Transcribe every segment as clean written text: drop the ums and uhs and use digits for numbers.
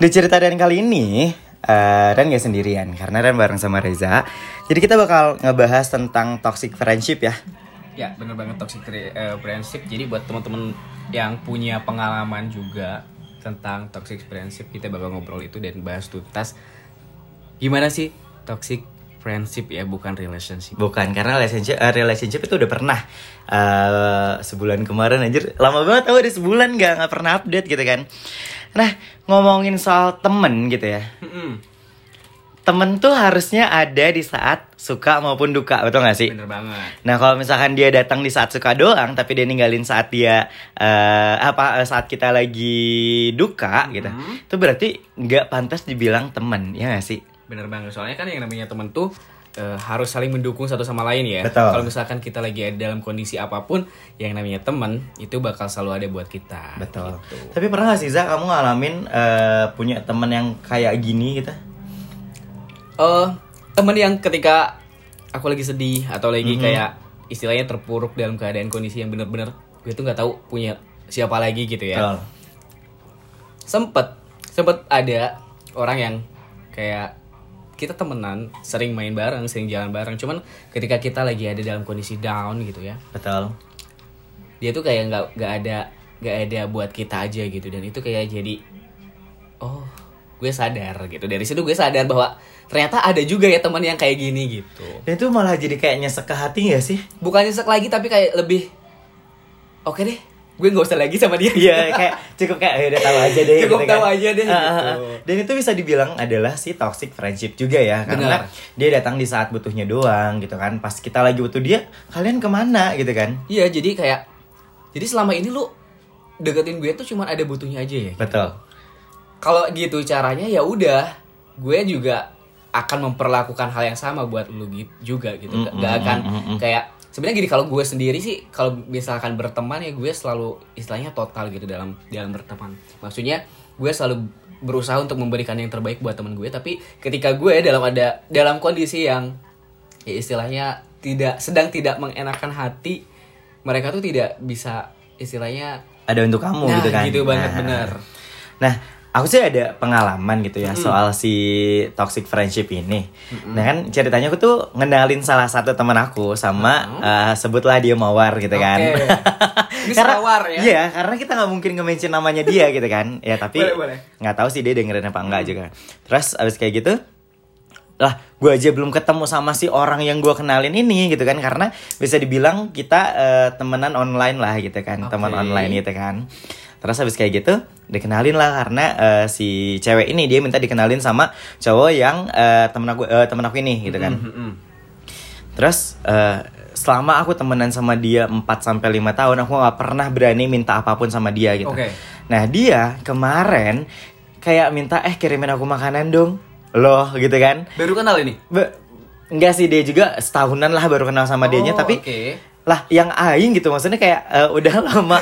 Di cerita Ren kali ini, Ren gak sendirian karena Ren bareng sama Reza. Jadi kita bakal ngebahas tentang toxic friendship ya. Ya, bener banget toxic friendship. Jadi buat teman-teman yang punya pengalaman juga tentang toxic friendship, kita bakal ngobrol itu dan bahas tuntas gimana sih toxic friendship ya, bukan relationship. Bukan, karena relationship itu udah pernah sebulan kemarin anjir. Lama banget tau, udah sebulan gak pernah update gitu kan. Nah, ngomongin soal temen gitu ya. Temen tuh harusnya ada di saat suka maupun duka, betul gak sih? Bener banget. Nah, kalau misalkan dia datang di saat suka doang, tapi dia ninggalin saat dia saat kita lagi duka gitu, itu berarti nggak pantas dibilang temen, ya gak sih? Bener banget. Soalnya kan yang namanya temen tuh harus saling mendukung satu sama lain ya. Betul. Kalau misalkan kita lagi ada dalam kondisi apapun, yang namanya temen itu bakal selalu ada buat kita. Betul. Gitu. Tapi pernah gak sih, Za, kamu ngalamin punya temen yang kayak gini gitu? Temen yang ketika aku lagi sedih atau lagi kayak istilahnya terpuruk dalam keadaan kondisi yang bener-bener gue tuh nggak tahu punya siapa lagi gitu ya. Betul. Sempet ada orang yang kayak kita temenan, sering main bareng, sering jalan bareng. Cuman ketika kita lagi ada dalam kondisi down gitu ya, Betul. dia tuh kayak nggak ada buat kita aja gitu. Dan itu kayak jadi, oh, gue sadar gitu. Dari situ gue sadar bahwa ternyata ada juga ya teman yang kayak gini gitu. Dan itu malah jadi kayak nyesek ke hati gak sih? Bukan nyesek lagi, tapi kayak lebih, oke deh, gue nggak usah lagi sama dia. Iya, kayak cukup kayak udah tahu aja deh. Cukup gitu tahu kan. aja deh, gitu. Dan itu bisa dibilang adalah si toxic friendship juga ya, karena dia datang di saat butuhnya doang gitu kan. Pas kita lagi butuh dia, kalian kemana gitu kan? Iya, jadi selama ini lu deketin gue tuh cuma ada butuhnya aja ya. Betul. Kalau gitu caranya ya udah, gue juga akan memperlakukan hal yang sama buat lu juga gitu. Gak akan kayak sebenarnya gini, kalau gue sendiri sih kalau misalkan berteman ya gue selalu istilahnya total gitu dalam berteman. Maksudnya gue selalu berusaha untuk memberikan yang terbaik buat teman gue, tapi ketika gue dalam kondisi yang ya istilahnya sedang tidak mengenakan hati, mereka tuh tidak bisa istilahnya Ada untuk kamu gitu kan. Gitu banget, bener. Nah, aku sih ada pengalaman gitu ya soal si toxic friendship ini. Nah kan ceritanya aku tuh ngenalin salah satu teman aku sama sebutlah dia Mawar gitu kan. Ini Karena Mawar ya? Iya, karena kita nggak mungkin nge-mention namanya dia gitu kan. Ya tapi Boleh. nggak tahu sih dia dengerin apa enggak juga. Terus abis kayak gitu, lah gue aja belum ketemu sama si orang yang gue kenalin ini gitu kan, karena bisa dibilang kita temenan online lah gitu kan, teman online gitu kan. Terus habis kayak gitu dikenalin lah, karena si cewek ini dia minta dikenalin sama cowok yang temen aku ini gitu kan. Terus selama aku temenan sama dia 4-5 tahun, aku gak pernah berani minta apapun sama dia gitu. Nah dia kemarin kayak minta kirimin aku makanan dong loh gitu kan. Baru kenal ini? Enggak sih, dia juga setahunan lah baru kenal sama dianya, tapi lah yang aing gitu, maksudnya kayak udah lama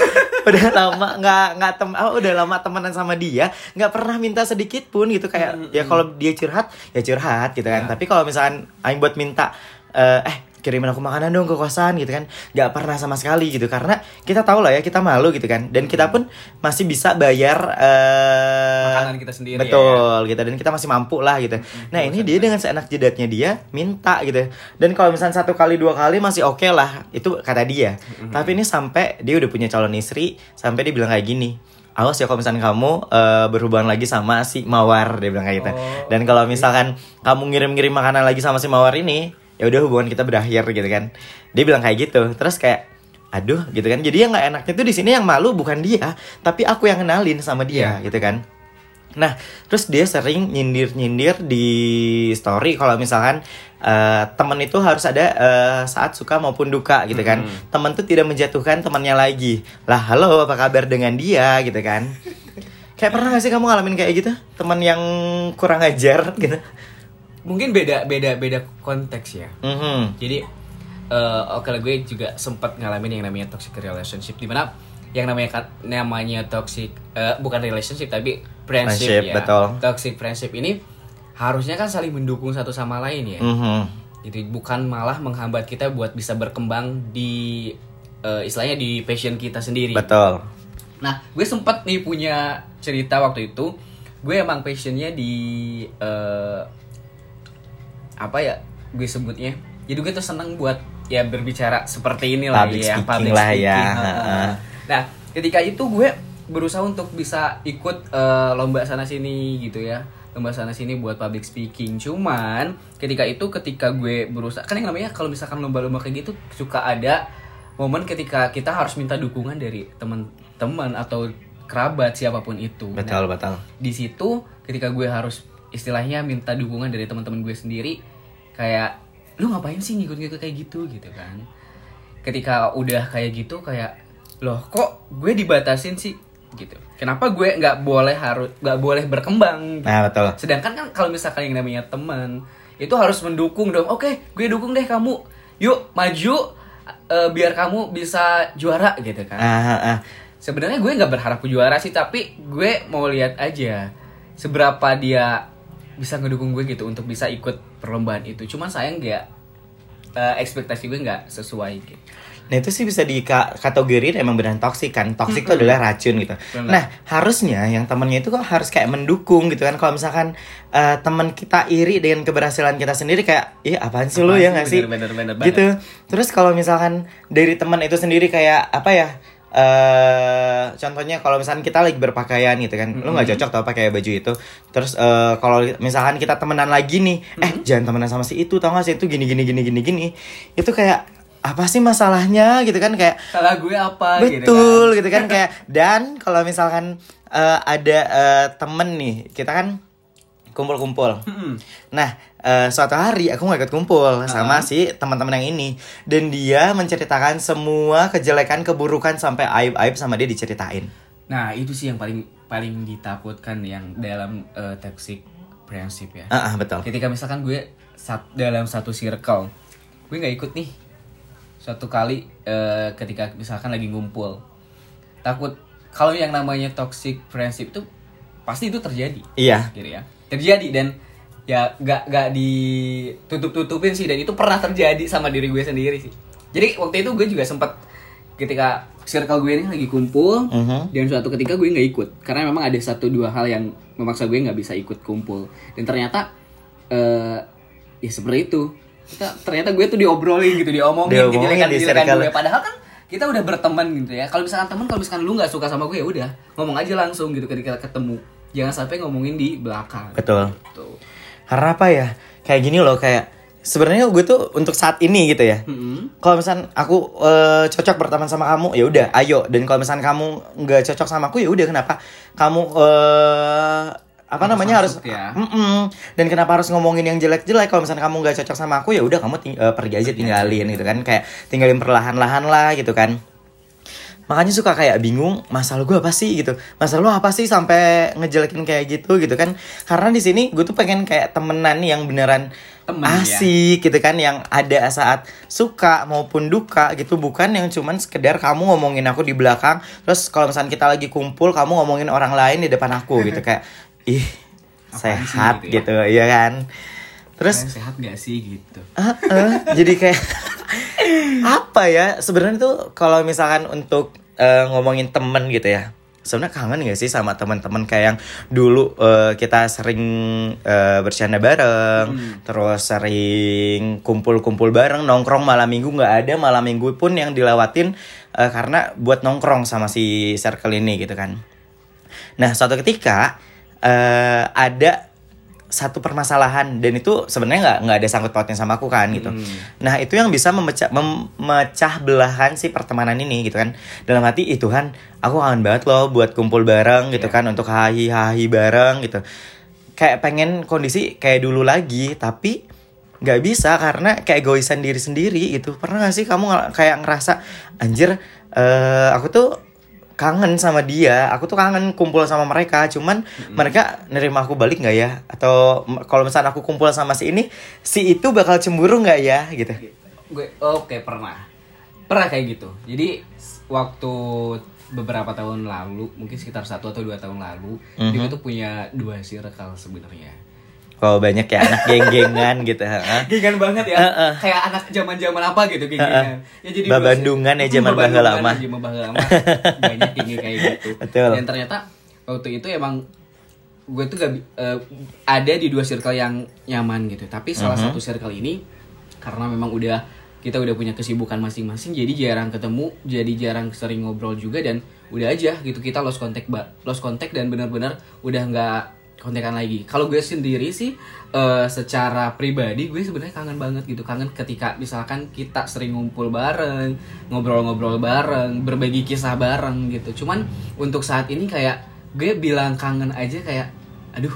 udah lama temenan sama dia, nggak pernah minta sedikit pun gitu, kayak ya kalau dia curhat ya curhat gitu kan. Tapi kalau misalkan aing buat minta kirimin aku makanan dong ke kosan gitu kan, nggak pernah sama sekali gitu, karena kita tahu lah ya, kita malu gitu kan, dan kita pun masih bisa bayar makanan kita sendiri. Betul gitu, dan kita masih mampu lah gitu. Nah ini dia dengan seenak jidatnya dia minta gitu, dan kalau misalnya 1 kali 2 kali masih oke lah, itu kata dia. Tapi ini sampai dia udah punya calon istri, sampai dia bilang kayak gini, awas ya kalau misalkan kamu berhubungan lagi sama si Mawar, dia bilang kayak gitu. Dan kalau misalkan kamu ngirim-ngirim makanan lagi sama si Mawar ini, ya udah hubungan kita berakhir gitu kan. Dia bilang kayak gitu. Terus kayak aduh gitu kan. Jadi yang nggak enaknya tuh di sini yang malu bukan dia, tapi aku yang kenalin sama dia gitu kan. Nah terus dia sering nyindir di story kalau misalkan teman itu harus ada saat suka maupun duka gitu kan. Teman tuh tidak menjatuhkan temannya lagi. Lah halo, apa kabar dengan dia gitu kan. Kayak pernah gak sih kamu ngalamin kayak gitu, teman yang kurang ajar gitu? Mungkin beda konteks ya. Jadi gue juga sempat ngalamin yang namanya toxic relationship, di mana yang namanya toxic bukan relationship tapi friendship ya. Betul. Toxic friendship ini harusnya kan saling mendukung satu sama lain ya. Jadi bukan malah menghambat kita buat bisa berkembang di istilahnya di passion kita sendiri. Betul. Nah, gue sempat nih punya cerita waktu itu. gue emang passionnya di apa ya gue sebutnya, jadi gue tuh seneng buat ya berbicara seperti ini lah Public ya, speaking public lah speaking. ya. Nah ketika itu gue berusaha untuk bisa ikut lomba sana sini gitu ya, lomba sana sini buat public speaking. Cuman ketika gue berusaha, kan yang namanya kalau misalkan lomba-lomba kayak gitu suka ada momen ketika kita harus minta dukungan dari teman-teman atau kerabat siapapun itu. Betul, betul. Di situ ketika gue harus istilahnya minta dukungan dari teman-teman gue sendiri, kayak lu ngapain sih ngikut-ngikut kayak gitu kan. Ketika udah kayak gitu kayak loh kok gue dibatasin sih gitu. Kenapa gue nggak boleh berkembang? Gitu. Nah, betul. Sedangkan kan kalau misalkan yang namanya teman itu harus mendukung dong. Oke, gue dukung deh kamu. Yuk maju biar kamu bisa juara gitu kan. Sebenarnya gue nggak berharap juara sih, tapi gue mau lihat aja seberapa dia bisa ngedukung gue gitu untuk bisa ikut perlombaan itu. Cuman sayang nggak ekspektasi gue nggak sesuai gitu. Nah itu sih bisa dikategoriin emang benar toksik kan. Toksik itu adalah racun gitu. Benar. Nah harusnya yang temennya itu kok harus kayak mendukung gitu kan. Kalau misalkan teman kita iri dengan keberhasilan kita sendiri kayak apaan sih lu ya nggak sih? Bener, gitu. Terus kalau misalkan dari teman itu sendiri kayak apa ya? Contohnya kalau misalkan kita lagi berpakaian gitu kan, lu nggak cocok tau pakai baju itu. Terus kalau misalkan kita temenan lagi nih, jangan temenan sama si itu, tau gak sih itu gini. Itu kayak apa sih masalahnya gitu kan, kayak salah gue apa betul gitu kan kayak. Dan kalau misalkan ada temen nih, kita kan kumpul-kumpul. Nah suatu hari aku gak ikut kumpul sama si teman-teman yang ini, dan dia menceritakan semua kejelekan keburukan sampai aib-aib sama dia diceritain. Nah itu sih yang paling ditakutkan yang dalam toxic friendship ya. Betul. Ketika misalkan gue dalam satu circle, gue nggak ikut nih suatu kali ketika misalkan lagi ngumpul, takut kalau yang namanya toxic friendship itu pasti itu terjadi. Iya. Gitu ya. Terjadi dan ya nggak ditutup-tutupin sih, dan itu pernah terjadi sama diri gue sendiri sih. Jadi waktu itu gue juga sempat ketika circle gue ini lagi kumpul, dan suatu ketika gue nggak ikut karena memang ada 1-2 hal yang memaksa gue nggak bisa ikut kumpul, dan ternyata ya seperti itu. Ternyata gue tuh diomongin kejelekan gue, padahal kan kita udah berteman gitu ya. Kalau misalkan lu nggak suka sama gue ya udah ngomong aja langsung gitu ketika ketemu, jangan sampai ngomongin di belakang. Betul. Gitu. Karena apa ya, kayak gini loh, kayak sebenarnya gue tuh untuk saat ini gitu ya. Kalau misalkan aku cocok berteman sama kamu ya udah ayo, dan kalau misalkan kamu nggak cocok sama aku ya udah kenapa kamu harus ya. Dan kenapa harus ngomongin yang jelek-jelek? Kalau misalnya kamu nggak cocok sama aku ya udah kamu pergi aja, tinggalin gitu kan, kayak tinggalin perlahan-lahan lah gitu kan. Makanya suka kayak bingung, masalah gue apa sih gitu, masalah lu apa sih sampai ngejelekin kayak gitu kan. Karena di sini gue tuh pengen kayak temenan yang beneran asik gitu kan, yang ada saat suka maupun duka gitu, bukan yang cuman sekedar kamu ngomongin aku di belakang, terus kalau misalnya kita lagi kumpul kamu ngomongin orang lain di depan aku gitu, kayak sehat gitu ya? Iya kan. Terus sehat gak sih gitu. Jadi kayak apa ya sebenarnya tuh kalau misalkan untuk ngomongin temen gitu ya, sebenarnya kangen gak sih sama teman-teman kayak yang dulu kita sering bercanda bareng, terus sering kumpul-kumpul bareng, nongkrong malam minggu, nggak ada malam minggu pun yang dilewatin karena buat nongkrong sama si circle ini gitu kan. Nah suatu ketika ada satu permasalahan, dan itu sebenarnya nggak ada sangkut pautnya sama aku kan gitu. Nah itu yang bisa memecah belahan si pertemanan ini gitu kan. Dalam hati itu kan aku kangen banget loh buat kumpul bareng gitu kan, untuk hahi bareng gitu. Kayak pengen kondisi kayak dulu lagi, tapi nggak bisa karena kayak egoisan diri sendiri gitu. Pernah nggak sih kamu kayak ngerasa anjir aku tuh kangen sama dia, aku tuh kangen kumpul sama mereka, cuman mereka nerima aku balik nggak ya? Atau kalau misalnya aku kumpul sama si ini, si itu bakal cemburu nggak ya? Gitu. Gue pernah kayak gitu. Jadi waktu beberapa tahun lalu, mungkin sekitar 1 atau 2 tahun lalu, dia tuh punya 2 circle sebenarnya. Oh banyak ya anak geng-gengan gitu. Gengan banget ya. Kayak anak zaman-zaman apa gitu geng-gengan. Ya jadi Babandungan ya zaman baheula mah. Banyak geng kayak gitu. Betul. Dan ternyata waktu itu emang gue tuh ada di 2 circle yang nyaman gitu. Tapi salah satu circle ini karena memang kita udah punya kesibukan masing-masing, jadi jarang ketemu, jadi jarang sering ngobrol juga, dan udah aja gitu kita lost contact dan benar-benar udah nggak kontekan lagi. Kalau gue sendiri sih secara pribadi gue sebenarnya kangen banget gitu, kangen ketika misalkan kita sering ngumpul bareng, ngobrol-ngobrol bareng, berbagi kisah bareng gitu. Cuman untuk saat ini kayak gue bilang kangen aja kayak aduh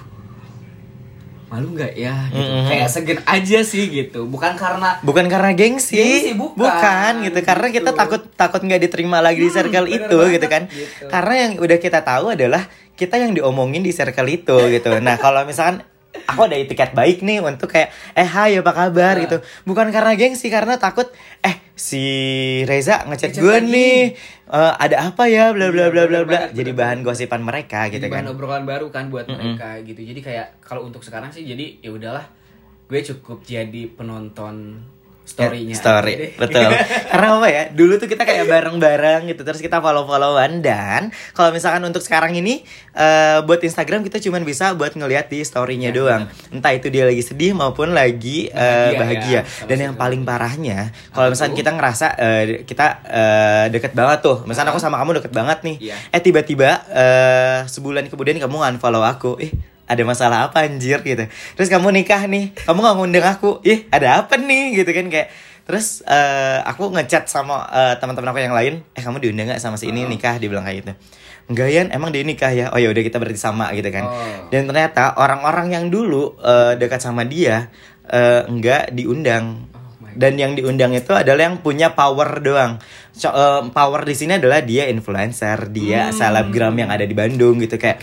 malu nggak ya gitu. Kayak segen aja sih gitu, bukan karena gengsi bukan gitu, karena kita takut nggak diterima lagi di circle itu banget, gitu kan gitu. Karena yang udah kita tahu adalah kita yang diomongin di circle itu gitu. Nah kalau misalkan aku ada etiket baik nih untuk kayak hai apa kabar gitu, bukan karena gengsi, karena takut si Reza ngechat gue nih ada apa ya bla bla bla bla bla, jadi bahan gosipan mereka gitu kan, bahan obrolan baru kan buat mereka gitu. Jadi kayak kalau untuk sekarang sih jadi ya udahlah, gue cukup jadi penonton story-nya. Betul. Karena apa ya? Dulu tuh kita kayak bareng-bareng gitu, terus kita follow-followan, dan kalau misalkan untuk sekarang ini buat Instagram kita cuman bisa buat ngeliat di story-nya doang. Entah itu dia lagi sedih maupun lagi bahagia. Dan yang paling parahnya, kalau misalkan kita ngerasa kita deket banget tuh, misalkan aku sama kamu deket banget nih, tiba-tiba sebulan kemudian kamu unfollow aku, ada masalah apa anjir gitu. Terus kamu nikah nih, kamu gak ngundang aku, ada apa nih gitu kan kayak. Terus aku ngechat sama teman-teman aku yang lain, kamu diundang gak sama si ini nikah, dia bilang kayak gitu. Enggak Yan, emang dia nikah ya? Oh ya udah kita berarti sama gitu kan. Dan ternyata orang-orang yang dulu dekat sama dia enggak diundang. Dan yang diundang itu adalah yang punya power doang. Power di sini adalah dia influencer, dia selebgram yang ada di Bandung gitu kayak.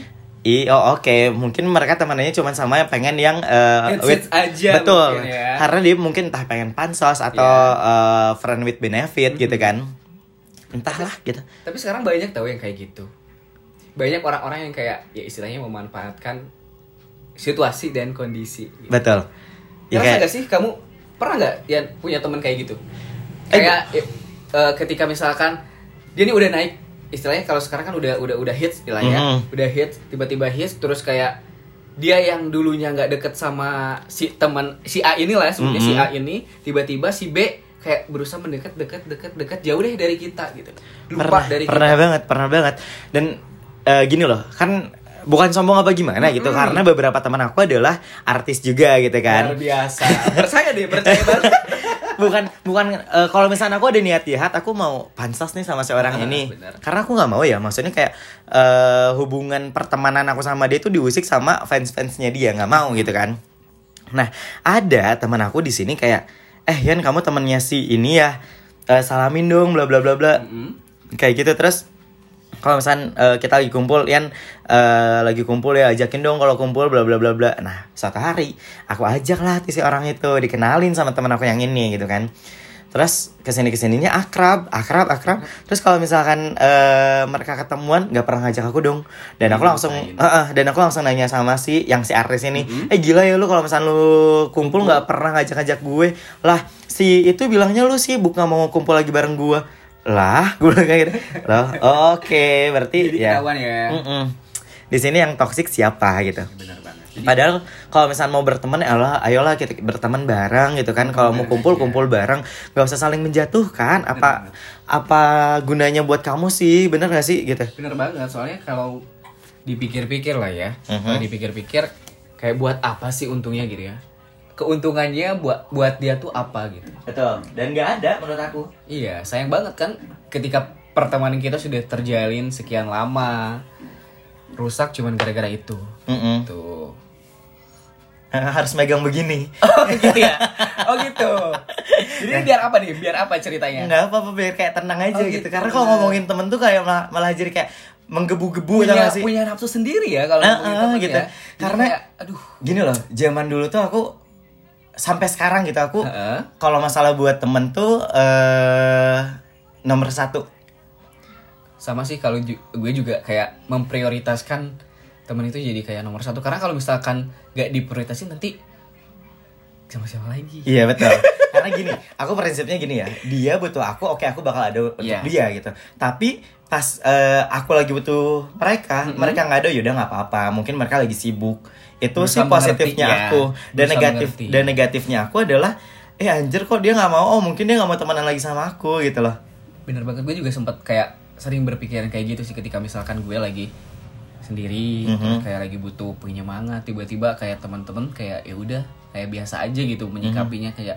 Oke. Mungkin mereka temannya cuma sama yang pengen yang with aja. Betul ya. Karena dia mungkin entah pengen pansos atau friend with benefit gitu kan. Entahlah gitu. Tapi sekarang banyak tahu yang kayak gitu. Banyak orang-orang yang kayak ya istilahnya memanfaatkan situasi dan kondisi gitu. Betul ya, kayak gak sih kamu pernah gak ya punya teman kayak gitu? Kayak ketika misalkan dia nih udah naik, istilahnya kalau sekarang kan udah hits istilahnya, udah hits, tiba-tiba hits, terus kayak dia yang dulunya nggak deket sama si teman si A ini lah, sebenarnya si A ini, tiba-tiba si B kayak berusaha mendekat jauh deh dari kita gitu, lupa dari kita. Pernah banget. Dan gini loh, kan bukan sombong apa gimana gitu, karena beberapa teman aku adalah artis juga gitu kan. Luar biasa. percaya banget. bukan kalau misalnya aku ada niat jahat, aku mau pansos nih sama seorang ini. Bener. Karena aku nggak mau ya, maksudnya kayak hubungan pertemanan aku sama dia itu diusik sama fans-fansnya dia, nggak mau gitu kan. Nah ada teman aku di sini kayak Yan kamu temennya si ini ya, salamin dong bla bla bla bla, kayak gitu. Terus kalau misalkan kita lagi kumpul, lagi kumpul ya ajakin dong kalau kumpul bla bla bla bla. Nah suatu hari aku ajak lah si orang itu, dikenalin sama teman aku yang ini gitu kan. Terus kesininya akrab. Terus kalau misalkan mereka ketemuan nggak pernah ngajak aku dong. Dan aku langsung nanya sama si artis ini, gila ya lu kalau misalkan lu kumpul nggak pernah ngajak gue. Lah si itu bilangnya lu sibuk nggak mau kumpul lagi bareng gue. Lah gue bilang kayak gitu. Loh oke, berarti jadi ya. Di sini yang toksik siapa gitu. Benar banget. Jadi, padahal kalau misalnya mau berteman, ayolah kita berteman bareng gitu kan. Kalau mau kumpul bareng, nggak usah saling menjatuhkan. Apa gunanya buat kamu sih, bener nggak sih gitu? Bener banget, soalnya kalau dipikir-pikir lah ya, kalau dipikir-pikir kayak buat apa sih untungnya gitu ya? Keuntungannya buat dia tuh apa gitu? Betul. Dan nggak ada menurut aku. Iya, sayang banget kan ketika pertemanan kita sudah terjalin sekian lama, rusak cuman gara-gara itu. Tuh. Harus megang begini. Oh gitu ya? Oh gitu. Jadi biar apa nih? Biar apa ceritanya? Nggak apa-apa, biar kayak tenang aja gitu. Karena kalau ngomongin temen tuh kayak malah jadi kayak menggebu-gebu punya, sih. Punya nafsu sendiri ya kalau ngomongin temen gitu. Ya. Karena kayak, aduh. Gini loh, zaman dulu tuh aku sampai sekarang gitu aku kalau masalah buat temen tuh nomor 1. Sama sih kalau gue juga kayak memprioritaskan temen itu jadi kayak nomor 1. Karena kalau misalkan gak diprioritasin nanti sama siapa lagi. Iya betul. Karena gini, aku prinsipnya gini ya, dia butuh aku, oke aku bakal ada untuk dia gitu. Tapi pas aku lagi butuh mereka, mereka nggak ada, yaudah nggak apa-apa. Mungkin mereka lagi sibuk. Itu sih positifnya aku. Dan negatifnya aku adalah, anjir kok dia nggak mau? Oh mungkin dia nggak mau temenan lagi sama aku gitu loh. Bener banget, gue juga sempat kayak sering berpikiran kayak gitu sih ketika misalkan gue lagi sendiri, kayak lagi butuh penyemangat, tiba-tiba kayak teman-teman kayak ya udah kayak biasa aja gitu menyikapinya, kayak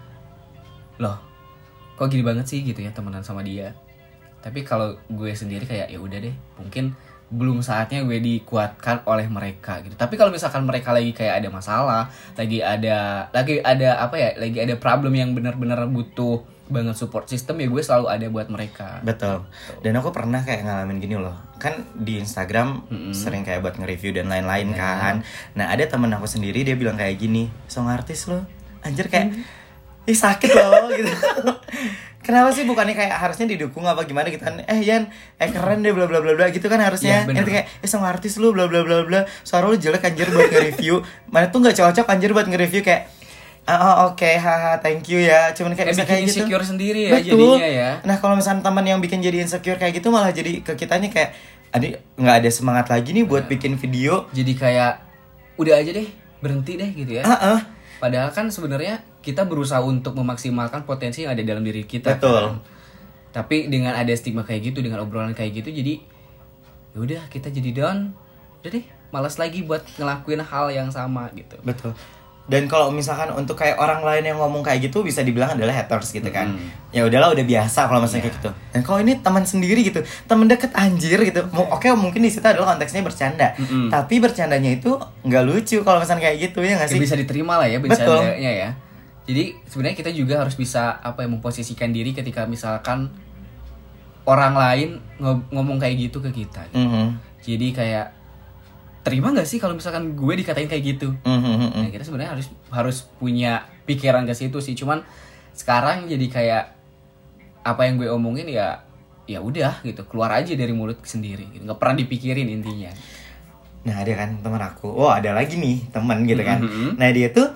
loh kok gini banget sih gitu ya temenan sama dia. Tapi kalau gue sendiri kayak ya udah deh, mungkin belum saatnya gue dikuatkan oleh mereka gitu. Tapi kalau misalkan mereka lagi kayak ada masalah, lagi ada apa ya, lagi ada problem yang benar-benar butuh banget support system, ya gue selalu ada buat mereka. Betul. Dan aku pernah kayak ngalamin gini loh. Kan di Instagram sering kayak buat nge-review dan lain-lain kan. Nah, ada temen aku sendiri dia bilang kayak gini, "Song artis lo." Anjir kayak ih sakit loh gitu. Kenapa sih, bukannya kayak harusnya didukung apa gimana gitu kan? Yan, keren deh bla bla bla bla gitu kan harusnya. Itu kayak song artis lu bla bla bla bla. Suara lu jelek anjir buat nge-review. Mana tuh enggak cocok anjir buat nge-review kayak oke, haha, thank you ya. Cuman kayak bisa kayak gitu. Insecure sendiri ya. Betul. Jadinya ya. Nah, kalau misalnya teman yang bikin jadi insecure kayak gitu, malah jadi ke kitanya kayak nggak ada semangat lagi nih buat bikin video. Jadi kayak udah aja deh, berhenti deh gitu ya. Padahal kan sebenarnya kita berusaha untuk memaksimalkan potensi yang ada dalam diri kita. Betul. Kan? Tapi dengan ada stigma kayak gitu, dengan obrolan kayak gitu, jadi ya udah kita jadi down. Udah deh, malas lagi buat ngelakuin hal yang sama gitu. Betul. Dan kalau misalkan untuk kayak orang lain yang ngomong kayak gitu, bisa dibilang adalah haters gitu kan. Ya udahlah, udah biasa kalau misalnya kayak gitu. Dan kalau ini teman sendiri gitu, teman deket anjir gitu. Oke, mungkin di situ adalah konteksnya bercanda. Tapi bercandanya itu nggak lucu kalau misalnya kayak gitu, ya nggak sih? Ya, bisa diterima lah ya bercandanya ya. Jadi sebenarnya kita juga harus bisa memposisikan diri ketika misalkan orang lain ngomong kayak gitu ke kita. Gitu. Jadi kayak terima nggak sih kalau misalkan gue dikatain kayak gitu? Nah, kita sebenarnya harus punya pikiran ke situ sih. Cuman sekarang jadi kayak apa yang gue omongin ya udah gitu, keluar aja dari mulut sendiri. Gitu. Nggak pernah dipikirin intinya. Nah, ada kan teman aku. Ada lagi nih teman gitu kan. Nah, dia tuh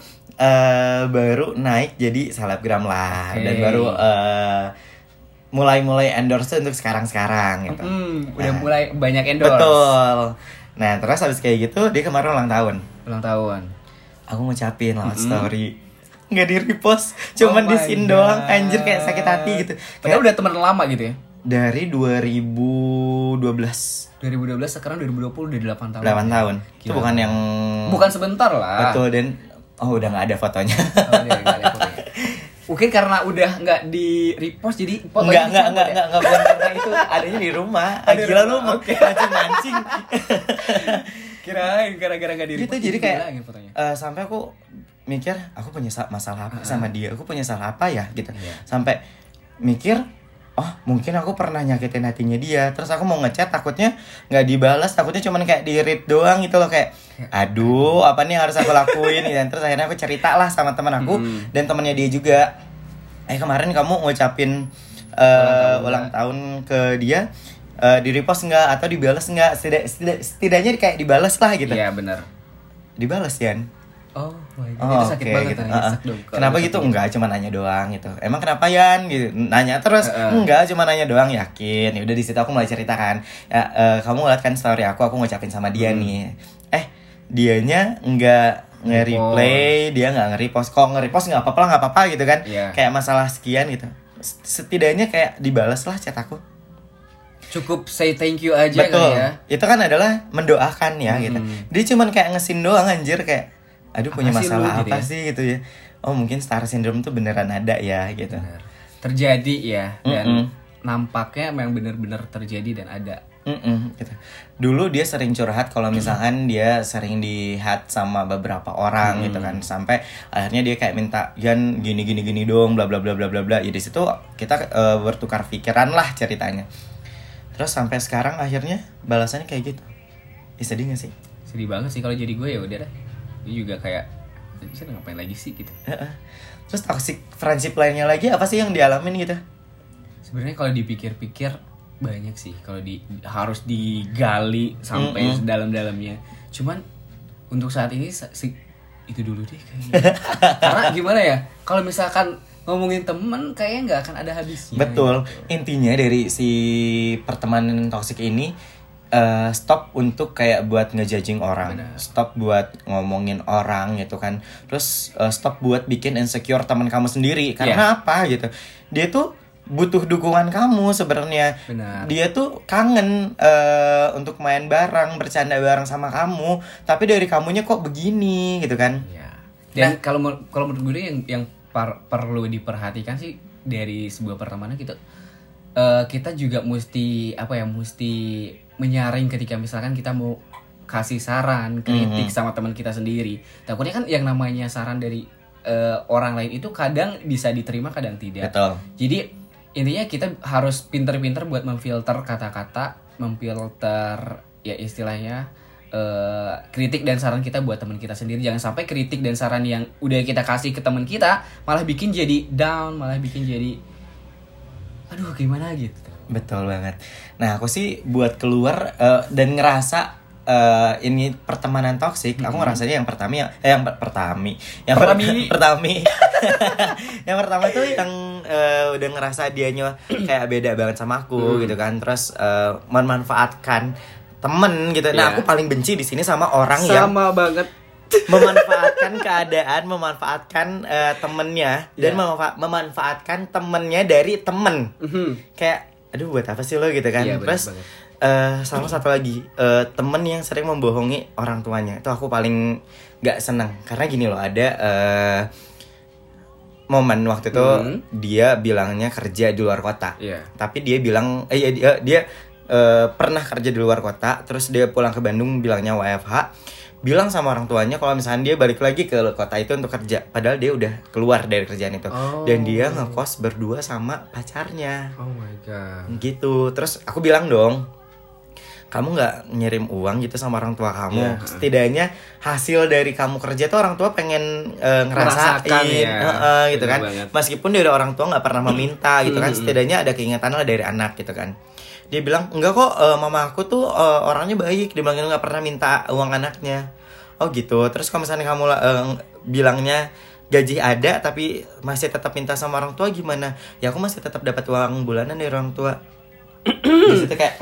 baru naik jadi selebgram lah, dan baru mulai endorse untuk sekarang gitu. Udah mulai banyak endorse. Betul. Nah, terus habis kayak gitu, dia kemarin ulang tahun. Aku ngucapin lewat story. Nggak di-repost, cuman di-scene doang. Anjir, kayak sakit hati gitu. Padahal udah temen lama gitu ya? Dari 2012. Sekarang 2020 udah 8 tahun. 8 tahun. Gila. Itu bukan yang... Bukan sebentar lah. Betul, dan... udah nggak ada fotonya. Udah nggak ada fotonya. Mungkin karena udah nggak di repost jadi fotonya nggak bukan karena itu adanya di rumah. Gila lu mancing. Kirain gara-gara nggak di repost. Gitu, jadi kayak sampai aku mikir aku punya masalah apa sama dia. Aku punya salah apa ya gitu. Sampai mikir mungkin aku pernah nyakitin hatinya dia. Terus aku mau ngechat, takutnya nggak dibalas, takutnya cuman kayak di read doang gitu loh, kayak aduh apa nih yang harus aku lakuin gitu. Terus akhirnya aku cerita lah sama teman aku dan temannya dia juga. Kemarin kamu ngucapin ulang tahun ke dia, di repost nggak atau dibalas nggak? Setidaknya kayak dibalas lah gitu. Iya benar. Dibalas Yan. Oh my God, itu sakit banget gitu. Kenapa gitu? Enggak, cuma nanya doang gitu. Emang kenapa Yan? Gitu. Nanya terus. Enggak, cuma nanya doang, yakin. Ya udah di situ aku mulai ceritakan. Kamu ngeliat kan story aku ngucapin sama dia nih. Dianya enggak nge-replay, dia enggak nge-repost. Kok nge-repost enggak apa-apa lah, enggak apa-apa gitu kan. Kayak masalah sekian gitu. Setidaknya kayak dibalas lah chat aku. Cukup say thank you aja. Betul. Kan ya. Itu kan adalah mendoakan ya gitu. Dia cuman kayak ngesin doang anjir, kayak aduh punya masalah apa sih gitu ya. Mungkin star syndrome tuh beneran ada ya gitu. Bener. Terjadi ya. Dan nampaknya memang bener-bener terjadi dan ada. Gitu. Dulu dia sering curhat kalau misalkan dia sering di-hat sama beberapa orang gitu kan. Sampai akhirnya dia kayak minta Yan gini dong bla bla bla bla bla bla. Ya di situ kita bertukar pikiran lah ceritanya. Terus sampai sekarang akhirnya balasannya kayak gitu. Sedih gak sih? Sedih banget sih kalau jadi gue, ya udah dah. Dia juga kayak bisa ngapain lagi sih gitu. Terus toxic friendship lainnya lagi apa sih yang dialamin gitu? Sebenarnya kalau dipikir-pikir banyak sih, kalau harus digali sampai sedalam-dalamnya. Cuman untuk saat ini itu dulu deh kayaknya. Karena gimana ya? Kalau misalkan ngomongin temen kayaknya nggak akan ada habisnya. Betul. Gitu. Intinya dari si pertemanan toksik ini, stop untuk kayak buat ngejudging orang. Benar. Stop buat ngomongin orang gitu kan. Terus stop buat bikin insecure teman kamu sendiri. Karena apa gitu. Dia tuh butuh dukungan kamu sebenarnya. Benar. Dia tuh kangen untuk main bareng, bercanda bareng sama kamu. Tapi dari kamunya kok begini gitu kan. Ya. Dan kalau menurut gue yang perlu diperhatikan sih dari sebuah pertemanan kita juga mesti menyaring ketika misalkan kita mau kasih saran, kritik sama teman kita sendiri. Takutnya kan yang namanya saran dari orang lain itu kadang bisa diterima, kadang tidak. Betul. Jadi intinya kita harus pinter-pinter buat memfilter kata-kata, memfilter ya istilahnya kritik dan saran kita buat teman kita sendiri. Jangan sampai kritik dan saran yang udah kita kasih ke teman kita malah bikin jadi down, malah bikin jadi aduh gimana gitu. Betul banget. Nah aku sih buat keluar dan ngerasa ini pertemanan toksik, aku ngerasanya yang pertama itu yang udah ngerasa dianya kayak beda banget sama aku gitu kan, terus memanfaatkan temen gitu. Nah aku paling benci di sini sama orang yang sama banget memanfaatkan keadaan, memanfaatkan temennya dan memanfaatkan temennya dari temen. Kayak aduh buat apa sih lo gitu kan. Terus sama satu lagi temen yang sering membohongi orang tuanya, itu aku paling gak seneng. Karena gini loh, ada momen waktu itu dia bilangnya kerja di luar kota, tapi dia bilang dia pernah kerja di luar kota, terus dia pulang ke Bandung bilangnya WFH, bilang sama orang tuanya kalau misalnya dia balik lagi ke kota itu untuk kerja, padahal dia udah keluar dari kerjaan itu. Dan dia ngekos berdua sama pacarnya. Oh my god. Gitu. Terus aku bilang dong, kamu nggak ngirim uang gitu sama orang tua kamu. Setidaknya hasil dari kamu kerja tuh orang tua pengen ngerasain gitu kan. Banget. Meskipun dari orang tua nggak pernah meminta gitu kan, setidaknya ada keingetan lah dari anak gitu kan. Dia bilang, enggak kok, mama aku tuh orangnya baik. Dia bilang gak pernah minta uang anaknya. Oh gitu. Terus kalau misalnya kamu bilangnya gaji ada tapi masih tetap minta sama orang tua gimana? Ya aku masih tetap dapat uang bulanan dari orang tua. Di situ kayak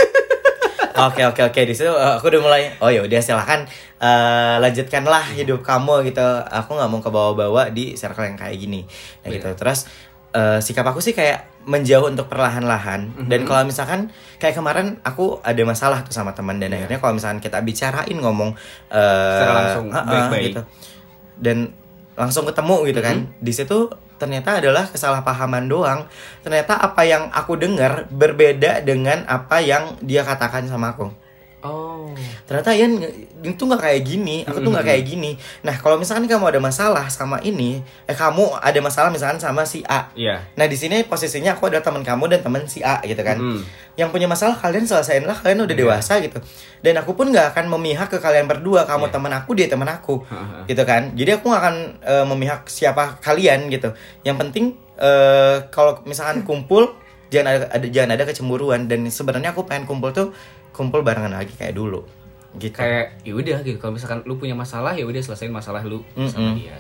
Oke. Di situ aku udah mulai, oh ya udah silakan lanjutkanlah hidup kamu gitu. Aku nggak mau kebawa-bawa di circle yang kayak gini. Ya gitu. Terus sikap aku sih kayak menjauh untuk perlahan-lahan. Dan kalau misalkan kayak kemarin aku ada masalah tuh sama teman, dan akhirnya kalau misalkan kita bicarain ngomong secara langsung baik-baik gitu, dan langsung ketemu gitu kan, di situ ternyata adalah kesalahpahaman doang. Ternyata apa yang aku dengar berbeda dengan apa yang dia katakan sama aku. Ternyata Ian itu nggak kayak gini, aku tuh nggak kayak gini. Nah kalau misalkan kamu ada masalah sama ini, kamu ada masalah misalkan sama si A. Nah di sini posisinya aku adalah teman kamu dan teman si A gitu kan. Yang punya masalah kalian selesaiin lah, kalian udah dewasa gitu. Dan aku pun nggak akan memihak ke kalian berdua. Kamu teman aku, dia teman aku, gitu kan. Jadi aku nggak akan memihak siapa kalian gitu. Yang penting kalau misalkan kumpul jangan ada kecemburuan. Dan sebenarnya aku pengen kumpul barengan lagi kayak dulu gitu. Kayak ya udah gitu, kalau misalkan lu punya masalah ya udah selesain masalah lu sama dia.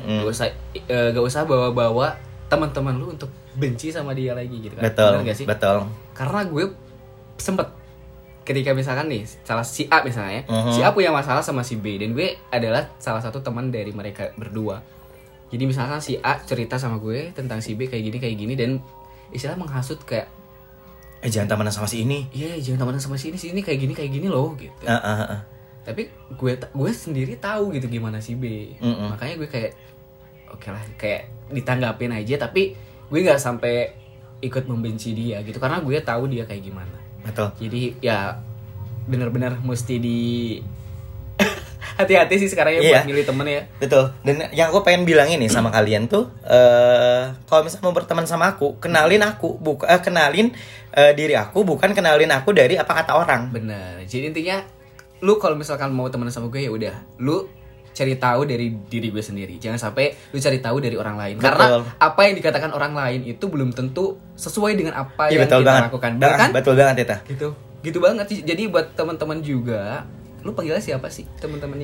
Gak usah bawa-bawa teman-teman lu untuk benci sama dia lagi gitu kan. Betul. Bener gak sih? Betul. Karena gue sempet ketika misalkan nih salah si A misalnya, si A punya masalah sama si B, dan gue adalah salah satu teman dari mereka berdua. Jadi misalkan si A cerita sama gue tentang si B kayak gini dan istilah menghasut kayak jangan temenan sama si ini. Iya, jangan temenan sama si ini kayak gini loh gitu. Tapi gue sendiri tahu gitu gimana si B. Makanya gue kayak oke lah, kayak ditanggapin aja, tapi gue nggak sampai ikut membenci dia gitu, karena gue tahu dia kayak gimana. Betul. Jadi ya benar-benar mesti di hati-hati sih sekarang ya buat milih temen ya. Betul. Dan yang aku pengen bilang ini sama kalian tuh, kalau misalnya mau berteman sama aku, kenalin aku, kenalin diri aku, bukan kenalin aku dari apa kata orang. Bener. Jadi intinya, lu kalau misalkan mau temenan sama gue ya udah, lu cari tahu dari diri gue sendiri. Jangan sampai lu cari tahu dari orang lain. Betul. Karena apa yang dikatakan orang lain itu belum tentu sesuai dengan apa yang kita lakukan. Betul banget itu. Gitu banget. Jadi buat teman-teman juga, lu panggilnya siapa sih teman-temannya?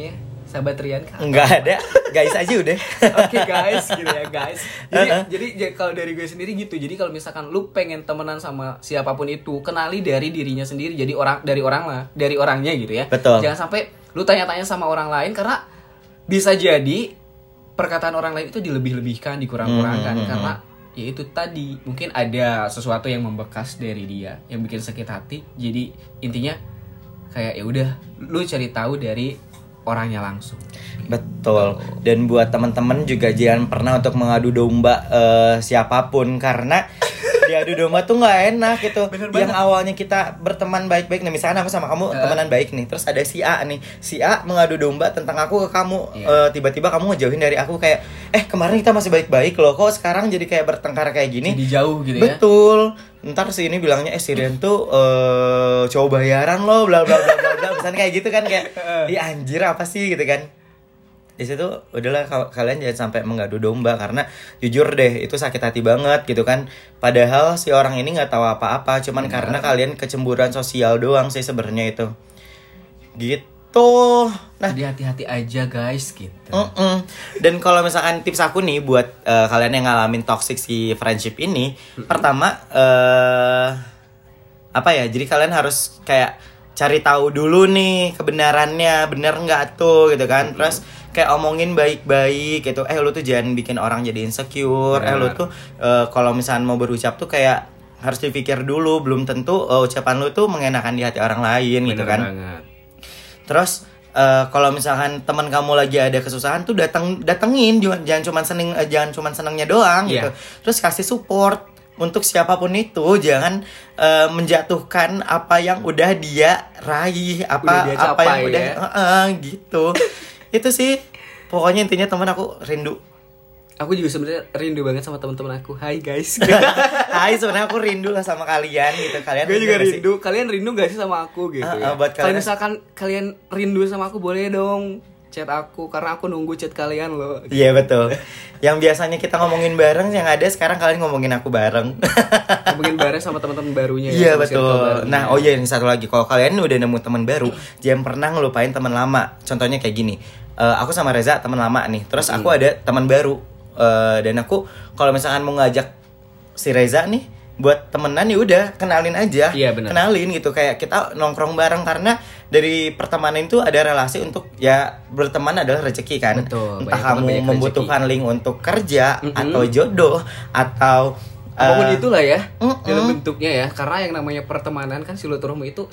sahabat Rian kan? Nggak ada, guys aja udah. Oke guys, gitu ya guys. Jadi kalau dari gue sendiri gitu. Jadi kalau misalkan lu pengen temenan sama siapapun itu, kenali dari dirinya sendiri. Jadi dari orangnya gitu ya. Betul. Jangan sampai lu tanya-tanya sama orang lain karena bisa jadi perkataan orang lain itu dilebih-lebihkan, dikurang-kurangkan karena ya itu tadi mungkin ada sesuatu yang membekas dari dia yang bikin sakit hati. Jadi intinya kayak ya udah lu cari tahu dari orangnya langsung. Betul. Dan buat teman-teman juga jangan pernah untuk mengadu domba siapapun karena diadu domba tuh nggak enak gitu. Yang awalnya kita berteman baik-baik nih, misalkan aku sama kamu temenan baik nih, terus ada si A nih, si A mengadu domba tentang aku ke kamu, tiba-tiba kamu ngejauhin dari aku kayak, kemarin kita masih baik-baik loh, kok sekarang jadi kayak bertengkar kayak gini? Jadi jauh gitu ya? Betul. Ntar si ini bilangnya si Rian tuh cowok bayaran loh, bla bla bla bla bla, misalnya kayak gitu kan kayak, anjir apa sih gitu kan? Di situ udahlah kalian jangan sampai mengadu domba karena jujur deh itu sakit hati banget gitu kan. Padahal si orang ini nggak tahu apa-apa, cuman karena kalian kecemburuan sosial doang sih sebenarnya itu. Gitu. Nah, jadi hati-hati aja guys gitu. Dan kalau misalkan tips aku nih buat kalian yang ngalamin toxic si friendship ini, pertama apa ya? Jadi kalian harus kayak cari tahu dulu nih kebenarannya, bener nggak tuh gitu kan. Terus kayak omongin baik-baik gitu. Lu tuh jangan bikin orang jadi insecure. Lu tuh kalau misalnya mau berucap tuh kayak harus dipikir dulu, belum tentu ucapan lu tuh mengenakan di hati orang lain. Bener gitu kan. Banget. Terus kalau misalkan teman kamu lagi ada kesusahan tuh datengin, jangan cuma senengnya doang gitu. Terus kasih support untuk siapapun itu, jangan menjatuhkan apa yang udah dia raih, apa yang udah gitu. Itu sih pokoknya intinya teman aku rindu. Aku juga sebenarnya rindu banget sama teman-teman aku. Hai guys. Hai, sebenarnya aku rindu lah sama kalian gitu. Kalian gue juga rindu. Kalian rindu gak sih sama aku gitu ya? Kalau misalkan kalian rindu sama aku boleh dong chat aku karena aku nunggu chat kalian loh. Iya betul. Yang biasanya kita ngomongin bareng, yang ada sekarang kalian ngomongin aku bareng. Ngomongin bareng sama teman-teman barunya. Iya betul. Nah, ini satu lagi, kalau kalian udah nemu teman baru, jangan pernah ngelupain teman lama. Contohnya kayak gini. Aku sama Reza teman lama nih. Terus aku ada teman baru. Dan aku kalau misalkan mau ngajak si Reza nih buat temenan, ya udah kenalin aja. Iya, bener. Kenalin gitu, kayak kita nongkrong bareng karena dari pertemanan itu ada relasi untuk ya berteman adalah rezeki kan. Betul, entah kamu membutuhkan link untuk kerja atau jodoh atau apapun itulah ya dalam bentuknya ya, karena yang namanya pertemanan kan silaturahmi itu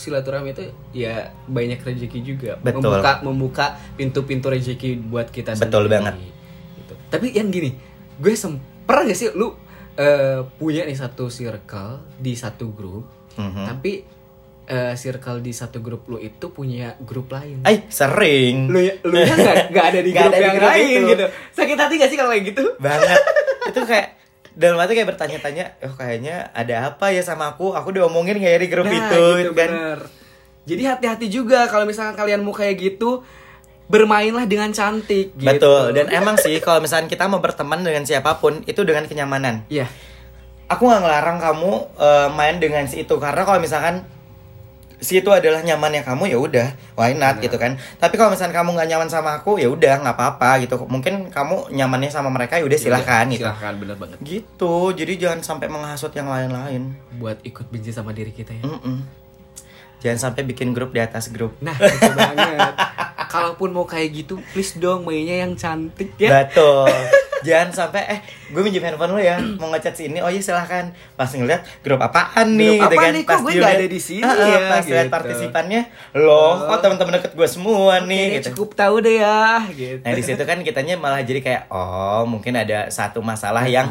ya banyak rezeki juga. Betul. Membuka pintu-pintu rezeki buat kita betul sendiri. Banget gitu. Tapi yang gini, gue pernah gak sih lu punya nih satu circle di satu grup, tapi circle di satu grup lu itu punya grup lain? Sering. Lu nggak ada di grup yang lain gitu. Sakit hati gak sih kalau kayak gitu? Banget. Itu kayak dalam hati kayak bertanya-tanya, kayaknya ada apa ya sama aku udah omongin kayak di grup itu gitu kan. Bener. Jadi hati-hati juga kalau misalkan kalian mau kayak gitu, bermainlah dengan cantik gitu. Betul. Dan emang sih kalau misalkan kita mau berteman dengan siapapun itu dengan kenyamanan. Iya. Aku nggak ngelarang kamu main dengan si itu, karena kalau misalkan si itu adalah nyamannya kamu, ya udah why not gitu kan. Tapi kalau misalkan kamu nggak nyaman sama aku, ya udah nggak apa-apa gitu. Mungkin kamu nyamannya sama mereka, ya udah silahkan gitu. Silahkan, bener banget. Gitu. Jadi jangan sampai menghasut yang lain-lain buat ikut benci sama diri kita ya. Jangan sampai bikin grup di atas grup. Nah, itu banget. Kalaupun mau kayak gitu, please dong mainnya yang cantik ya. Betul. Jangan sampai gue minjem handphone lu ya, mau ngechat sini. Oh iya silahkan. Pas ngeliat grup apaan nih grup gitu kan. Nih, kok gue gak ada di sini ya. Pas lihat partisipannya, loh kok teman-teman deket gue semua nih gitu. Cukup tahu deh ya gitu. Nah di situ kan kitanya malah jadi kayak mungkin ada satu masalah yang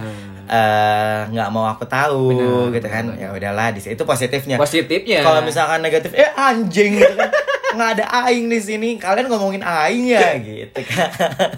nggak mau aku tahu. Bener, gitu kan. Ya udahlah, di situ itu positifnya. Kalau misalkan negatif, anjing gitu kan. Nggak ada aing di sini. Kalian ngomongin aing ya gitu kan.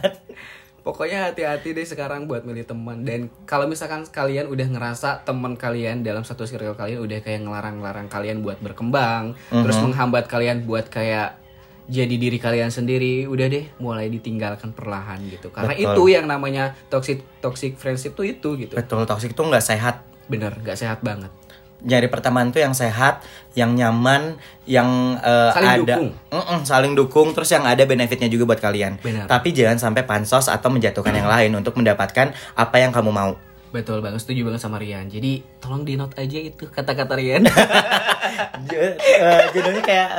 Pokoknya hati-hati deh sekarang buat milih teman. Dan kalau misalkan kalian udah ngerasa teman kalian dalam satu circle kalian udah kayak ngelarang-larang kalian buat berkembang, terus menghambat kalian buat kayak jadi diri kalian sendiri, udah deh mulai ditinggalkan perlahan gitu. Karena itu yang namanya toxic friendship itu gitu. Betul, toxic itu nggak sehat. Bener, nggak sehat banget. nyari pertemanan tuh yang sehat, yang nyaman, yang Saling ada dukung. saling dukung, terus yang ada benefitnya juga buat kalian. Benar. Tapi jangan sampai pansos atau menjatuhkan yang lain untuk mendapatkan apa yang kamu mau. Betul banget, setuju banget sama Rian. Jadi tolong di note aja itu kata-kata Rian. Judulnya kayak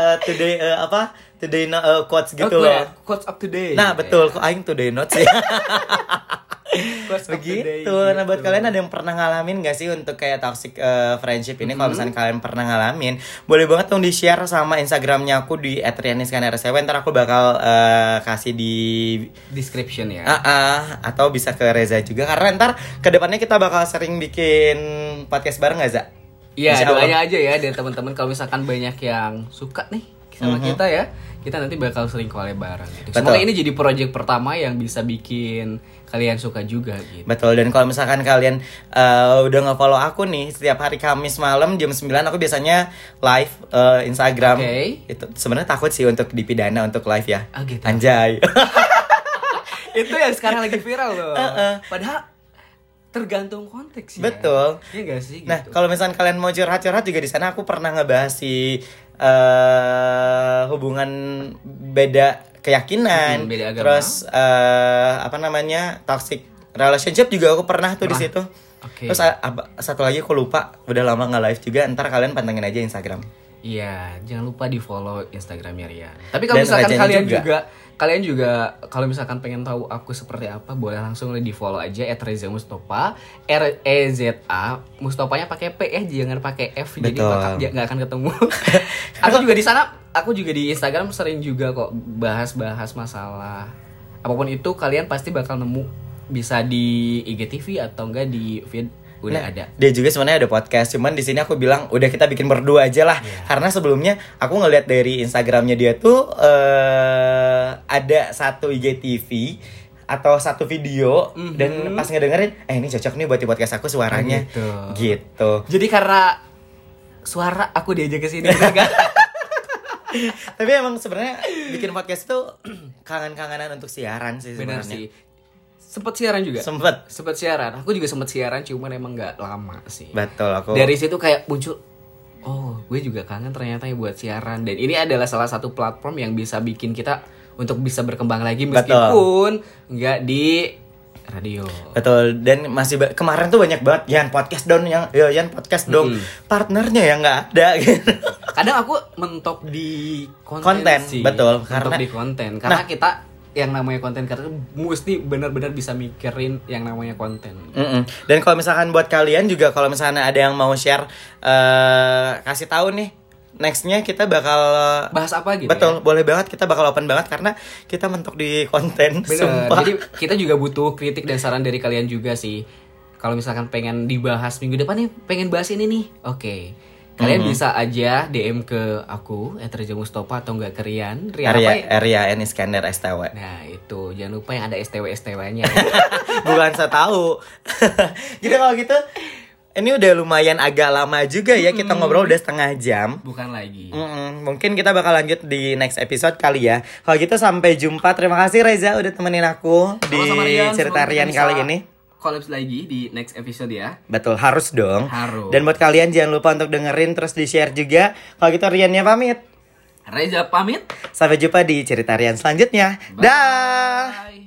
today quotes gitu loh. Quotes up to date. Nah betul, kok aing today notes ya. Quotes up to date, Begitu. Nah buat kalian ada yang pernah ngalamin gak sih untuk kayak toxic friendship ini? Kalau misalnya kalian pernah ngalamin, boleh banget dong di share sama Instagramnya aku di @rianiskanrsw. Ntar aku bakal kasih di Description ya. atau bisa ke Reza juga, karena ntar kedepannya kita bakal sering bikin podcast bareng gak, Za? Iya, Insya Allah. doanya aja ya dari teman-teman kalau misalkan banyak yang suka nih sama kita ya. Kita nanti bakal sering collab bareng gitu. Betul. Semoga ini jadi project pertama yang bisa bikin kalian suka juga gitu. Betul, dan kalau misalkan kalian udah nge-follow aku nih, setiap hari Kamis malam jam 9 aku biasanya live Instagram. Oke. Itu sebenarnya takut sih untuk dipidana untuk live ya. Oh, gitu. Anjay. Itu yang sekarang lagi viral loh. Padahal tergantung konteks ya. Betul. Iya gak sih gitu. Nah, kalau misalkan kalian mau curhat-curhat juga di sana aku pernah ngebahas si hubungan beda keyakinan, beda agama. terus toxic relationship juga aku pernah tuh di situ. Oke. Terus satu lagi aku lupa, udah lama nggak live juga. Ntar kalian pantengin aja Instagram. Iya, jangan lupa di follow Instagramnya Rian. Tapi kalau Dan misalkan Rajanya kalian juga kalau misalkan pengen tahu aku seperti apa, boleh langsung di follow aja @rezamustofa, REZA, Mustofanya pakai P ya, jangan pakai F. Jadi Betul. nggak akan ketemu. Aku juga di Instagram sering juga kok bahas masalah apapun itu, kalian pasti bakal nemu, bisa di IGTV atau enggak di feed udah ada. Dia juga sebenarnya ada podcast, cuman di sini aku bilang udah kita bikin berdua aja lah. Karena sebelumnya aku ngeliat dari Instagramnya dia tuh ada satu IGTV atau satu video, dan pas ngedengerin ini cocok nih buat di podcast aku suaranya. Gitu. Jadi karena suara aku diajak ke sini kan. Tapi emang sebenarnya bikin podcast itu kangen-kangenan untuk siaran sih Benar sebenarnya. sih. Sempet siaran juga. Sempet siaran. Aku juga sempet siaran, cuman emang nggak lama sih. Betul, aku. Dari situ kayak muncul, oh gue juga kangen ternyata ya buat siaran. Dan ini adalah salah satu platform yang bisa bikin kita untuk bisa berkembang lagi meskipun nggak di radio. Betul, dan masih kemarin tuh banyak banget Yan podcast dong, Yan podcast dong. Partnernya yang nggak ada gitu. Kadang aku mentok di konten sih. Betul, mentok di konten karena kita yang namanya konten karena mesti benar-benar bisa mikirin yang namanya konten. Dan kalau misalkan buat kalian juga, kalau misalnya ada yang mau share, kasih tahu nih nextnya kita bakal bahas apa gitu. Betul, boleh banget, kita bakal open banget karena kita mentok di konten. Bener. Sumpah. Jadi kita juga butuh kritik dan saran dari kalian juga sih. Kalau misalkan pengen dibahas minggu depan nih, pengen bahas ini nih, oke. Kalian bisa aja DM ke aku @rezamustofa atau enggak ke Rian. Rian Iskandar STW. Nah itu, jangan lupa yang ada STW-STW-nya. Bukan saya tahu. Gitu, kalau gitu ini udah lumayan agak lama juga ya, kita ngobrol udah setengah jam. Bukan lagi. Mungkin kita bakal lanjut di next episode kali ya. Kalau gitu sampai jumpa. Terima kasih Reza udah temenin aku di cerita Rian kali ini. Collabs lagi di next episode ya. Betul, harus dong. Harus. Dan buat kalian jangan lupa untuk dengerin terus di-share juga. Kalau gitu Riannya pamit. Reza pamit. Sampai jumpa di cerita Rian selanjutnya. Dah.